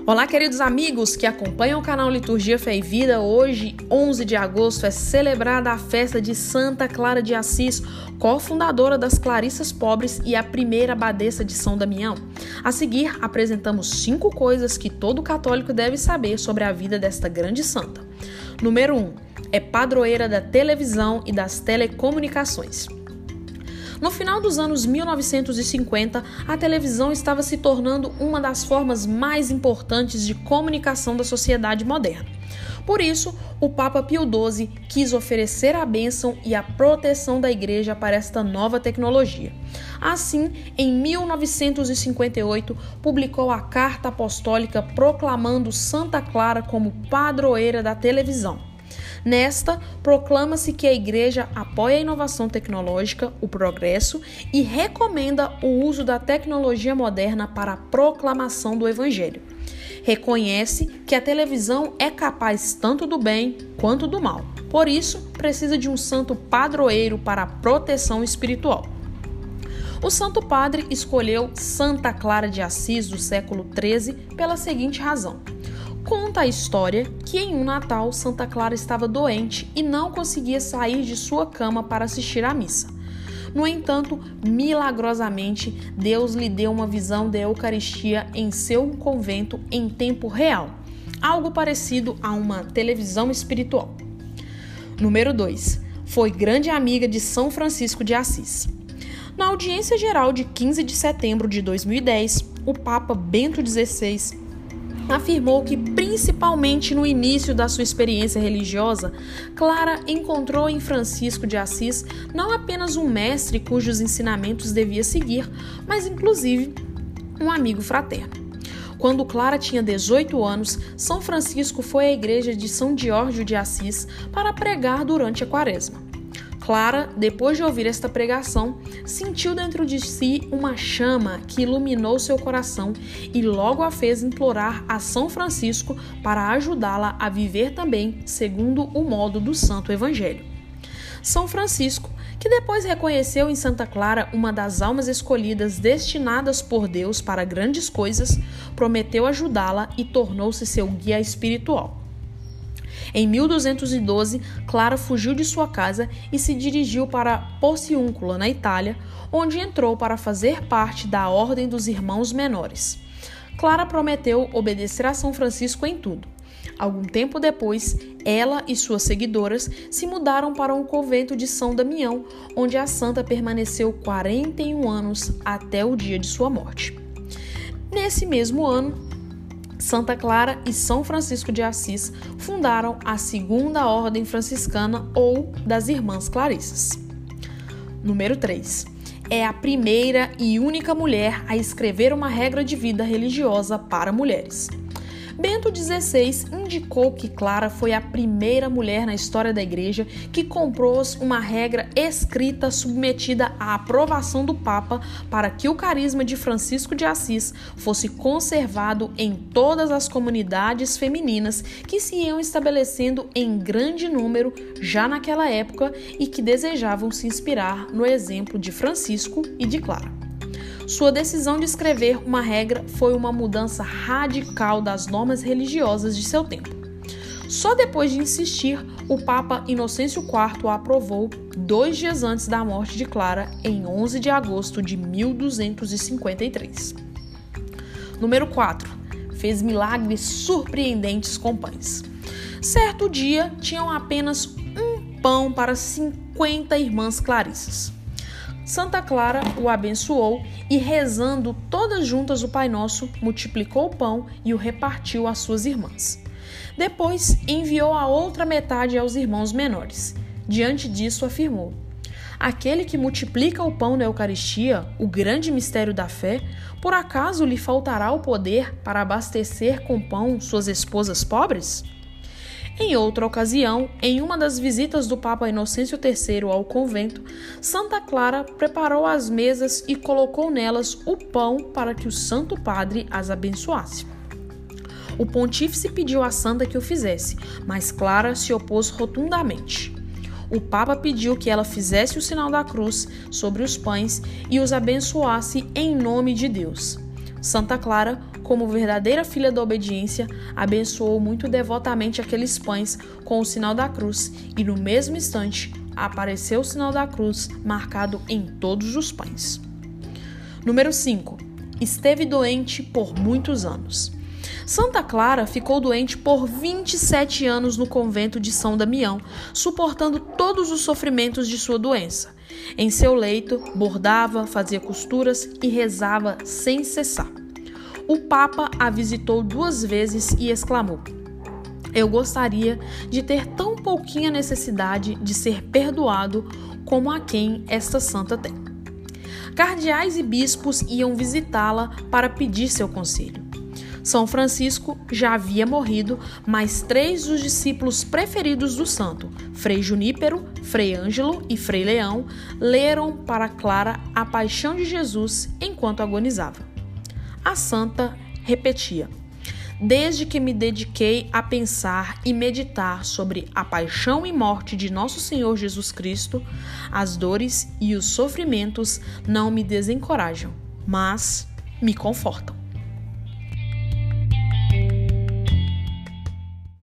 Olá, queridos amigos que acompanham o canal Liturgia Fé e Vida. Hoje, 11 de agosto, é celebrada a festa de Santa Clara de Assis, cofundadora das Clarissas Pobres e a primeira abadesa de São Damião. A seguir, apresentamos 5 coisas que todo católico deve saber sobre a vida desta grande santa. Número 1. É padroeira da televisão e das telecomunicações. No final dos anos 1950, a televisão estava se tornando uma das formas mais importantes de comunicação da sociedade moderna. Por isso, o Papa Pio XII quis oferecer a bênção e a proteção da Igreja para esta nova tecnologia. Assim, em 1958, publicou a Carta Apostólica proclamando Santa Clara como padroeira da televisão. Nesta, proclama-se que a Igreja apoia a inovação tecnológica, o progresso e recomenda o uso da tecnologia moderna para a proclamação do Evangelho. Reconhece que a televisão é capaz tanto do bem quanto do mal. Por isso, precisa de um santo padroeiro para a proteção espiritual. O Santo Padre escolheu Santa Clara de Assis do século XIII pela seguinte razão. Conta a história que em um Natal Santa Clara estava doente e não conseguia sair de sua cama para assistir à missa. No entanto, milagrosamente, Deus lhe deu uma visão da Eucaristia em seu convento em tempo real, algo parecido a uma televisão espiritual. Número 2. Foi grande amiga de São Francisco de Assis. Na audiência geral de 15 de setembro de 2010, o Papa Bento XVI afirmou que, principalmente no início da sua experiência religiosa, Clara encontrou em Francisco de Assis não apenas um mestre cujos ensinamentos devia seguir, mas inclusive um amigo fraterno. Quando Clara tinha 18 anos, São Francisco foi à igreja de São Diógenes de Assis para pregar durante a Quaresma. Clara, depois de ouvir esta pregação, sentiu dentro de si uma chama que iluminou seu coração e logo a fez implorar a São Francisco para ajudá-la a viver também segundo o modo do Santo Evangelho. São Francisco, que depois reconheceu em Santa Clara uma das almas escolhidas destinadas por Deus para grandes coisas, prometeu ajudá-la e tornou-se seu guia espiritual. Em 1212, Clara fugiu de sua casa e se dirigiu para Porciúncula, na Itália, onde entrou para fazer parte da Ordem dos Irmãos Menores. Clara prometeu obedecer a São Francisco em tudo. Algum tempo depois, ela e suas seguidoras se mudaram para um convento de São Damião, onde a santa permaneceu 41 anos até o dia de sua morte. Nesse mesmo ano, Santa Clara e São Francisco de Assis fundaram a Segunda Ordem Franciscana ou das Irmãs Clarissas. Número 3. É a primeira e única mulher a escrever uma regra de vida religiosa para mulheres. Bento XVI indicou que Clara foi a primeira mulher na história da Igreja que compôs uma regra escrita submetida à aprovação do Papa para que o carisma de Francisco de Assis fosse conservado em todas as comunidades femininas que se iam estabelecendo em grande número já naquela época e que desejavam se inspirar no exemplo de Francisco e de Clara. Sua decisão de escrever uma regra foi uma mudança radical das normas religiosas de seu tempo. Só depois de insistir, o Papa Inocêncio IV a aprovou 2 dias antes da morte de Clara, em 11 de agosto de 1253. Número 4. Fez milagres surpreendentes com pães. Certo dia, tinham apenas um pão para 50 irmãs clarissas. Santa Clara o abençoou e, rezando todas juntas o Pai Nosso, multiplicou o pão e o repartiu às suas irmãs. Depois, enviou a outra metade aos irmãos menores. Diante disso, afirmou: aquele que multiplica o pão na Eucaristia, o grande mistério da fé, por acaso lhe faltará o poder para abastecer com pão suas esposas pobres? Em outra ocasião, em uma das visitas do Papa Inocêncio III ao convento, Santa Clara preparou as mesas e colocou nelas o pão para que o Santo Padre as abençoasse. O pontífice pediu à santa que o fizesse, mas Clara se opôs rotundamente. O Papa pediu que ela fizesse o sinal da cruz sobre os pães e os abençoasse em nome de Deus. Santa Clara como verdadeira filha da obediência, abençoou muito devotamente aqueles pães com o sinal da cruz e no mesmo instante apareceu o sinal da cruz marcado em todos os pães. Número 5. Esteve doente por muitos anos. Santa Clara ficou doente por 27 anos no convento de São Damião, suportando todos os sofrimentos de sua doença. Em seu leito, bordava, fazia costuras e rezava sem cessar. O Papa a visitou 2 vezes e exclamou: "Eu gostaria de ter tão pouquinha necessidade de ser perdoado como a quem esta santa tem." Cardeais e bispos iam visitá-la para pedir seu conselho. São Francisco já havia morrido, mas 3 dos discípulos preferidos do santo, Frei Junípero, Frei Ângelo e Frei Leão, leram para Clara a paixão de Jesus enquanto agonizava. A santa repetia: "Desde que me dediquei a pensar e meditar sobre a paixão e morte de nosso Senhor Jesus Cristo, as dores e os sofrimentos não me desencorajam, mas me confortam."